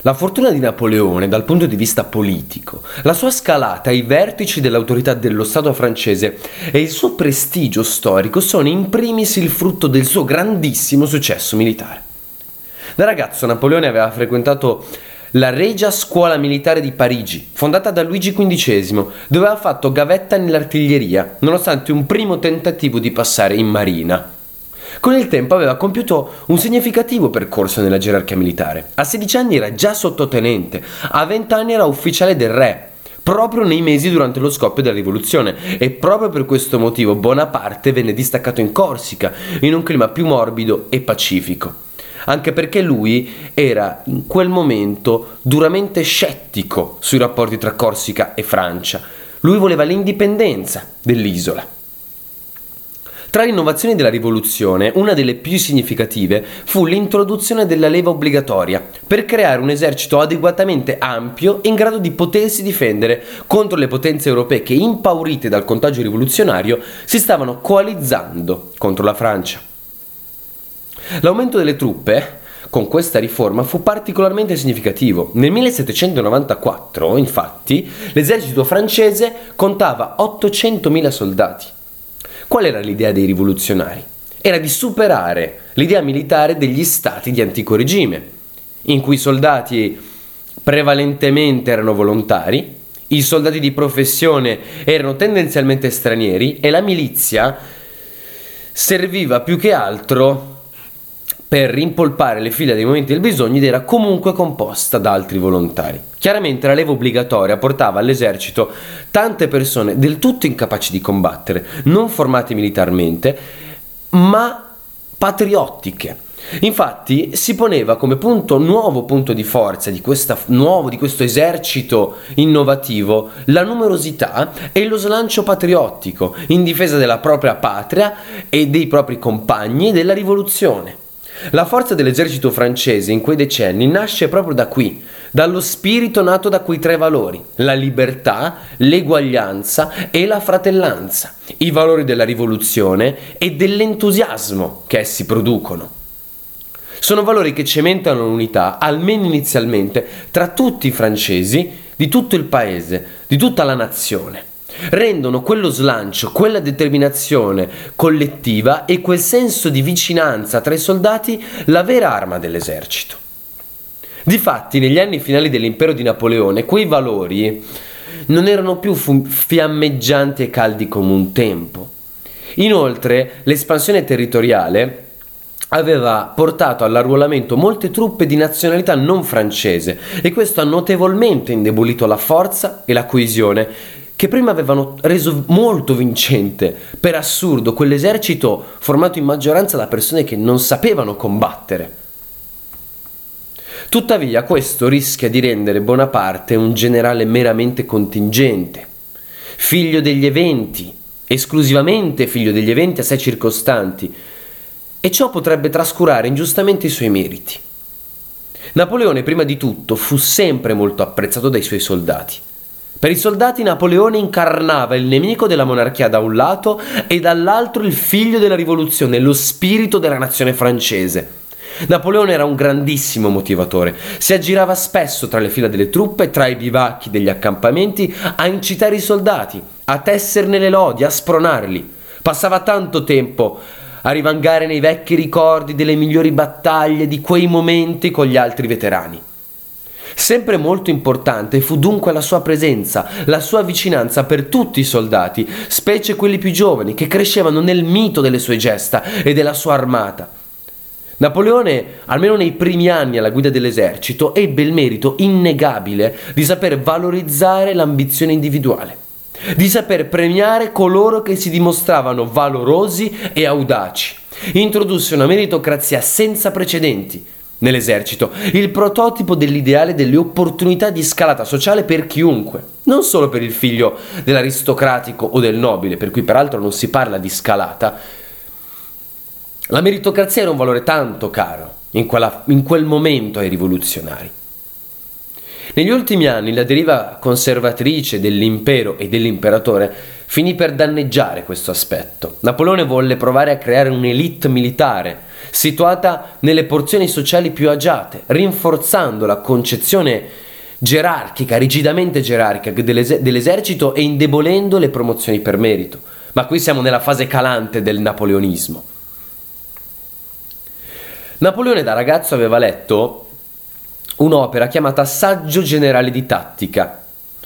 La fortuna di Napoleone dal punto di vista politico, la sua scalata ai vertici dell'autorità dello Stato francese e il suo prestigio storico sono in primis il frutto del suo grandissimo successo militare. Da ragazzo Napoleone aveva frequentato la Regia Scuola Militare di Parigi, fondata da Luigi XV, dove aveva fatto gavetta nell'artiglieria, nonostante un primo tentativo di passare in marina. Con il tempo aveva compiuto un significativo percorso nella gerarchia militare. A 16 anni era già sottotenente, a 20 anni era ufficiale del re, proprio nei mesi durante lo scoppio della rivoluzione, e proprio per questo motivo Bonaparte venne distaccato in Corsica, in un clima più morbido e pacifico. Anche perché lui era in quel momento duramente scettico sui rapporti tra Corsica e Francia. Lui voleva l'indipendenza dell'isola. Tra le innovazioni della rivoluzione, una delle più significative fu l'introduzione della leva obbligatoria per creare un esercito adeguatamente ampio e in grado di potersi difendere contro le potenze europee che, impaurite dal contagio rivoluzionario, si stavano coalizzando contro la Francia. L'aumento delle truppe con questa riforma fu particolarmente significativo. Nel 1794, infatti, l'esercito francese contava 800.000 soldati. Qual era l'idea dei rivoluzionari? Era di superare l'idea militare degli stati di antico regime, in cui i soldati prevalentemente erano volontari, i soldati di professione erano tendenzialmente stranieri e la milizia serviva più che altro per rimpolpare le fila dei momenti del bisogno ed era comunque composta da altri volontari. Chiaramente la leva obbligatoria portava all'esercito tante persone del tutto incapaci di combattere, non formate militarmente, ma patriottiche. Infatti si poneva come nuovo punto di forza di questo esercito innovativo la numerosità e lo slancio patriottico in difesa della propria patria e dei propri compagni della rivoluzione. La forza dell'esercito francese in quei decenni nasce proprio da qui, dallo spirito nato da quei tre valori: la libertà, l'eguaglianza e la fratellanza, i valori della rivoluzione e dell'entusiasmo che essi producono. Sono valori che cementano l'unità, almeno inizialmente, tra tutti i francesi, di tutto il paese, di tutta la nazione. Rendono quello slancio, quella determinazione collettiva e quel senso di vicinanza tra i soldati la vera arma dell'esercito. Difatti, negli anni finali dell'impero di Napoleone, quei valori non erano più fiammeggianti e caldi come un tempo. Inoltre, l'espansione territoriale aveva portato all'arruolamento molte truppe di nazionalità non francese e questo ha notevolmente indebolito la forza e la coesione che prima avevano reso molto vincente, per assurdo, quell'esercito formato in maggioranza da persone che non sapevano combattere. Tuttavia, questo rischia di rendere Bonaparte un generale meramente contingente, figlio degli eventi, esclusivamente figlio degli eventi assai circostanti, e ciò potrebbe trascurare ingiustamente i suoi meriti. Napoleone, prima di tutto, fu sempre molto apprezzato dai suoi soldati. Per i soldati Napoleone incarnava il nemico della monarchia da un lato e dall'altro il figlio della rivoluzione, lo spirito della nazione francese. Napoleone era un grandissimo motivatore, si aggirava spesso tra le fila delle truppe, tra i bivacchi degli accampamenti, a incitare i soldati, a tesserne le lodi, a spronarli. Passava tanto tempo a rivangare nei vecchi ricordi delle migliori battaglie, di quei momenti con gli altri veterani. Sempre molto importante fu dunque la sua presenza, la sua vicinanza per tutti i soldati, specie quelli più giovani, che crescevano nel mito delle sue gesta e della sua armata. Napoleone, almeno nei primi anni alla guida dell'esercito, ebbe il merito innegabile di saper valorizzare l'ambizione individuale, di saper premiare coloro che si dimostravano valorosi e audaci. Introdusse una meritocrazia senza precedenti nell'esercito, il prototipo dell'ideale delle opportunità di scalata sociale per chiunque, non solo per il figlio dell'aristocratico o del nobile, per cui peraltro non si parla di scalata. La meritocrazia era un valore tanto caro in quel momento ai rivoluzionari. Negli ultimi anni la deriva conservatrice dell'impero e dell'imperatore finì per danneggiare questo aspetto. Napoleone volle provare a creare un'elite militare situata nelle porzioni sociali più agiate, rinforzando la concezione gerarchica, rigidamente gerarchica dell'esercito e indebolendo le promozioni per merito. Ma qui siamo nella fase calante del napoleonismo. Napoleone da ragazzo aveva letto un'opera chiamata Saggio generale di tattica,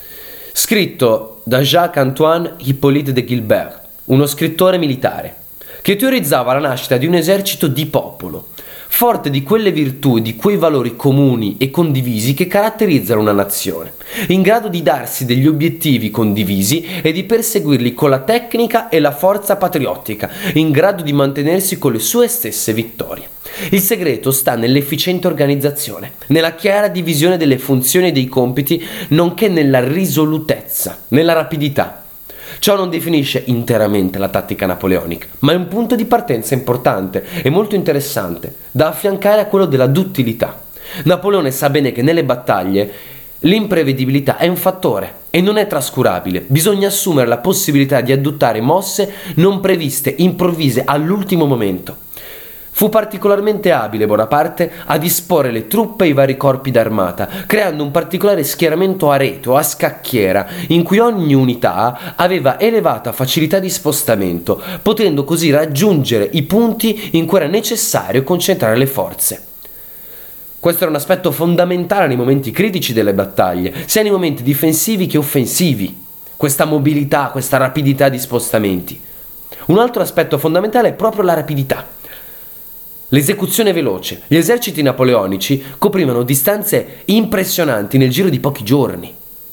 scritto da Jacques-Antoine Hippolyte de Gilbert, uno scrittore militare, che teorizzava la nascita di un esercito di popolo, forte di quelle virtù e di quei valori comuni e condivisi che caratterizzano una nazione, in grado di darsi degli obiettivi condivisi e di perseguirli con la tecnica e la forza patriottica, in grado di mantenersi con le sue stesse vittorie. Il segreto sta nell'efficiente organizzazione, nella chiara divisione delle funzioni e dei compiti, nonché nella risolutezza, nella rapidità. Ciò non definisce interamente la tattica napoleonica, ma è un punto di partenza importante e molto interessante, da affiancare a quello della duttilità. Napoleone sa bene che nelle battaglie l'imprevedibilità è un fattore e non è trascurabile. Bisogna assumere la possibilità di adottare mosse non previste, improvvise, all'ultimo momento. Fu particolarmente abile Bonaparte a disporre le truppe e i vari corpi d'armata, creando un particolare schieramento a rete o a scacchiera, in cui ogni unità aveva elevata facilità di spostamento, potendo così raggiungere i punti in cui era necessario concentrare le forze. Questo era un aspetto fondamentale nei momenti critici delle battaglie, sia nei momenti difensivi che offensivi, questa mobilità, questa rapidità di spostamenti. Un altro aspetto fondamentale è proprio la rapidità. L'esecuzione veloce. Gli eserciti napoleonici coprivano distanze impressionanti nel giro di pochi giorni.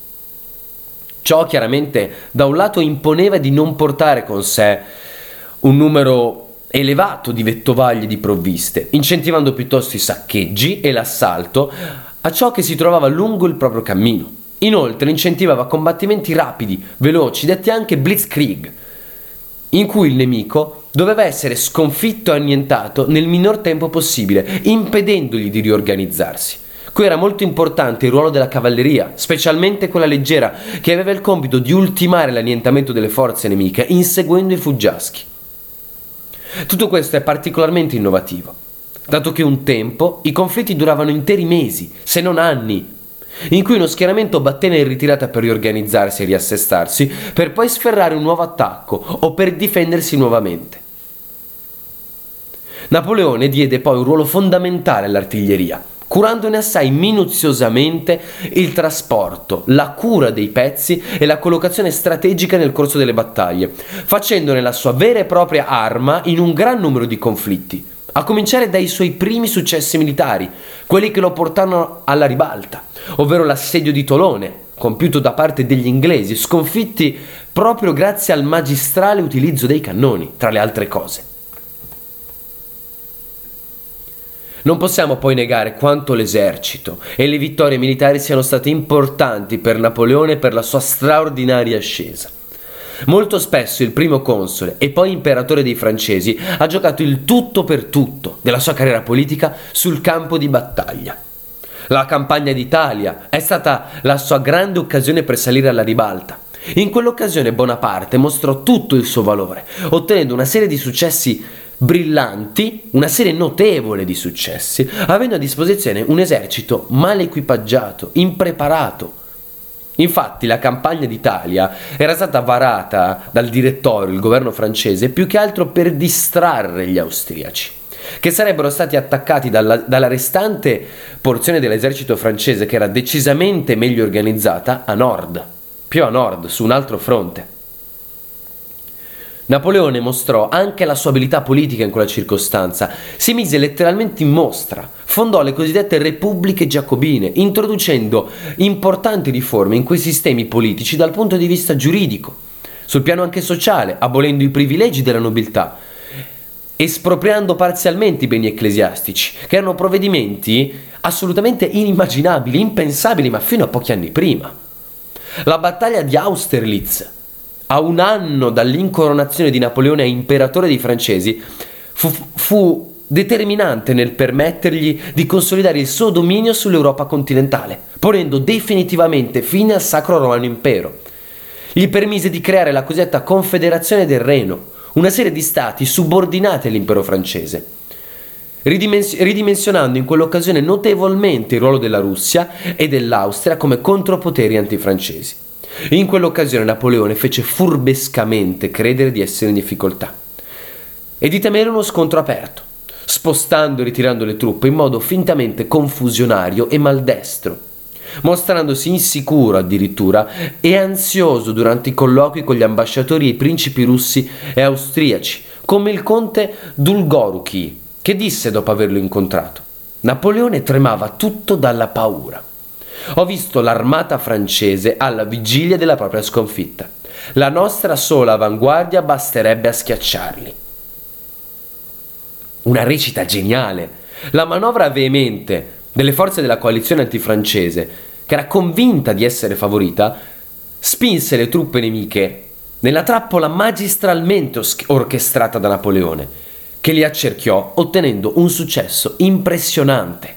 Ciò chiaramente da un lato imponeva di non portare con sé un numero elevato di vettovaglie di provviste, incentivando piuttosto i saccheggi e l'assalto a ciò che si trovava lungo il proprio cammino. Inoltre incentivava combattimenti rapidi, veloci, detti anche blitzkrieg, in cui il nemico doveva essere sconfitto e annientato nel minor tempo possibile, impedendogli di riorganizzarsi. Qui era molto importante il ruolo della cavalleria, specialmente quella leggera, che aveva il compito di ultimare l'annientamento delle forze nemiche, inseguendo i fuggiaschi. Tutto questo è particolarmente innovativo, dato che un tempo i conflitti duravano interi mesi, se non anni, in cui uno schieramento batteva in ritirata per riorganizzarsi e riassestarsi, per poi sferrare un nuovo attacco o per difendersi nuovamente. Napoleone diede poi un ruolo fondamentale all'artiglieria, curandone assai minuziosamente il trasporto, la cura dei pezzi e la collocazione strategica nel corso delle battaglie, facendone la sua vera e propria arma in un gran numero di conflitti, a cominciare dai suoi primi successi militari, quelli che lo portarono alla ribalta, ovvero l'assedio di Tolone, compiuto da parte degli inglesi, sconfitti proprio grazie al magistrale utilizzo dei cannoni, tra le altre cose. Non possiamo poi negare quanto l'esercito e le vittorie militari siano state importanti per Napoleone e per la sua straordinaria ascesa. Molto spesso il primo console e poi imperatore dei francesi ha giocato il tutto per tutto della sua carriera politica sul campo di battaglia. La campagna d'Italia è stata la sua grande occasione per salire alla ribalta. In quell'occasione Bonaparte mostrò tutto il suo valore, ottenendo una serie di successi brillanti, una serie notevole di successi, avendo a disposizione un esercito male equipaggiato, impreparato. Infatti la campagna d'Italia era stata varata dal direttorio, il governo francese, più che altro per distrarre gli austriaci, che sarebbero stati attaccati dalla restante porzione dell'esercito francese, che era decisamente meglio organizzata a nord, più a nord, su un altro fronte. Napoleone mostrò anche la sua abilità politica in quella circostanza, si mise letteralmente in mostra, fondò le cosiddette repubbliche giacobine, introducendo importanti riforme in quei sistemi politici dal punto di vista giuridico, sul piano anche sociale, abolendo i privilegi della nobiltà, espropriando parzialmente i beni ecclesiastici, che erano provvedimenti assolutamente inimmaginabili, impensabili, ma fino a pochi anni prima. La battaglia di Austerlitz, a un anno dall'incoronazione di Napoleone a imperatore dei francesi, fu determinante nel permettergli di consolidare il suo dominio sull'Europa continentale, ponendo definitivamente fine al Sacro Romano Impero. Gli permise di creare la cosiddetta Confederazione del Reno, una serie di stati subordinati all'impero francese, ridimensionando in quell'occasione notevolmente il ruolo della Russia e dell'Austria come contropoteri antifrancesi. In quell'occasione Napoleone fece furbescamente credere di essere in difficoltà e di temere uno scontro aperto, spostando e ritirando le truppe in modo fintamente confusionario e maldestro, mostrandosi insicuro addirittura e ansioso durante i colloqui con gli ambasciatori e i principi russi e austriaci, come il conte Dulgoruki, che disse dopo averlo incontrato: Napoleone tremava tutto dalla paura. Ho visto l'armata francese alla vigilia della propria sconfitta. La nostra sola avanguardia basterebbe a schiacciarli. Una recita geniale. La manovra veemente delle forze della coalizione antifrancese, che era convinta di essere favorita, spinse le truppe nemiche nella trappola magistralmente orchestrata da Napoleone, che li accerchiò ottenendo un successo impressionante.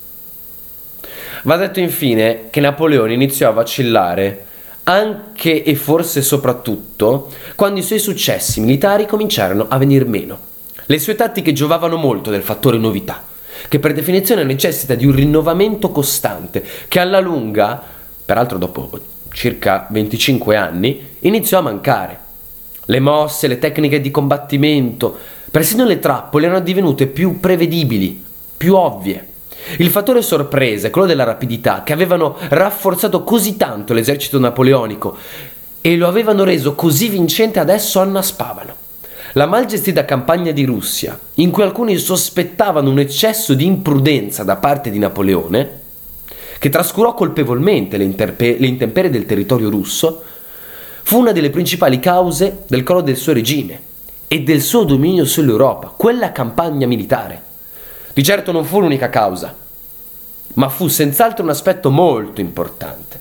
Va detto infine che Napoleone iniziò a vacillare anche e forse soprattutto quando i suoi successi militari cominciarono a venir meno. Le sue tattiche giovavano molto del fattore novità, che per definizione necessita di un rinnovamento costante, che alla lunga, peraltro dopo circa 25 anni, iniziò a mancare. Le mosse, le tecniche di combattimento, persino le trappole erano divenute più prevedibili, più ovvie. Il fattore sorpresa e quello della rapidità, che avevano rafforzato così tanto l'esercito napoleonico e lo avevano reso così vincente, adesso annaspavano. La mal gestita campagna di Russia, in cui alcuni sospettavano un eccesso di imprudenza da parte di Napoleone, che trascurò colpevolmente le intemperie del territorio russo, fu una delle principali cause del crollo del suo regime e del suo dominio sull'Europa, quella campagna militare. Di certo non fu l'unica causa, ma fu senz'altro un aspetto molto importante.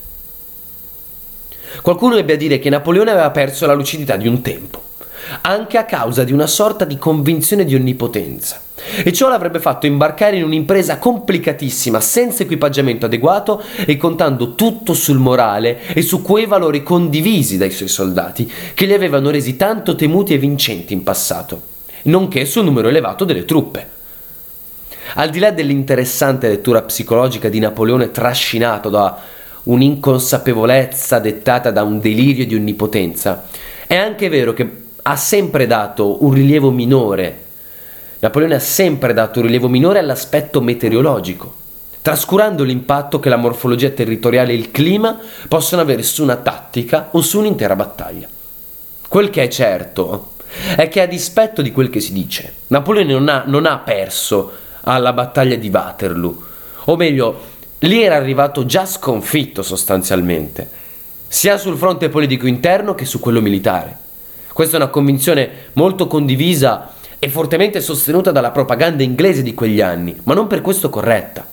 Qualcuno ebbe a dire che Napoleone aveva perso la lucidità di un tempo, anche a causa di una sorta di convinzione di onnipotenza, e ciò l'avrebbe fatto imbarcare in un'impresa complicatissima, senza equipaggiamento adeguato e contando tutto sul morale e su quei valori condivisi dai suoi soldati che li avevano resi tanto temuti e vincenti in passato, nonché sul numero elevato delle truppe. Al di là dell'interessante lettura psicologica di Napoleone trascinato da un'inconsapevolezza dettata da un delirio di onnipotenza, è anche vero che ha sempre dato un rilievo minore. Napoleone ha sempre dato un rilievo minore all'aspetto meteorologico, trascurando l'impatto che la morfologia territoriale e il clima possono avere su una tattica o su un'intera battaglia. Quel che è certo è che, a dispetto di quel che si dice, Napoleone non ha perso alla battaglia di Waterloo, o meglio, lì era arrivato già sconfitto sostanzialmente, sia sul fronte politico interno che su quello militare. Questa è una convinzione molto condivisa e fortemente sostenuta dalla propaganda inglese di quegli anni, ma non per questo corretta.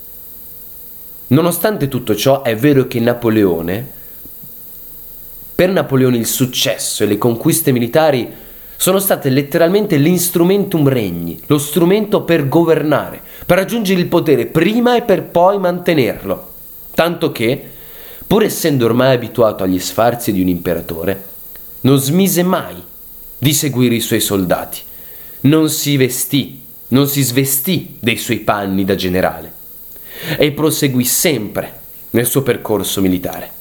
Nonostante tutto ciò, è vero che per Napoleone il successo e le conquiste militari sono state letteralmente l'instrumentum regni, lo strumento per governare, per raggiungere il potere prima e per poi mantenerlo. Tanto che, pur essendo ormai abituato agli sfarzi di un imperatore, non smise mai di seguire i suoi soldati, non si svestì dei suoi panni da generale e proseguì sempre nel suo percorso militare.